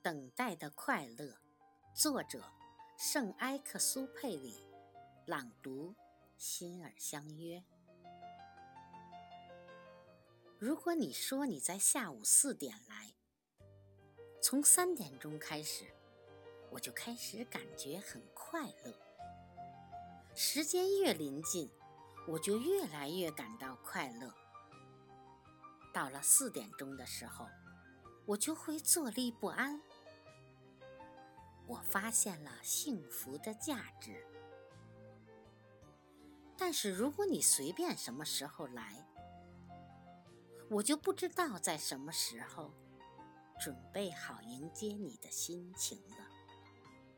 等待的快乐，作者圣埃克苏佩里，朗读心儿相约。如果你说你在下午4点来，从3点钟开始，我就开始感觉很快乐。时间越临近，我就越来越感到快乐。到了4点钟的时候，我就会坐立不安。我发现了幸福的价值。但是如果你随便什么时候来，我就不知道在什么时候准备好迎接你的心情了。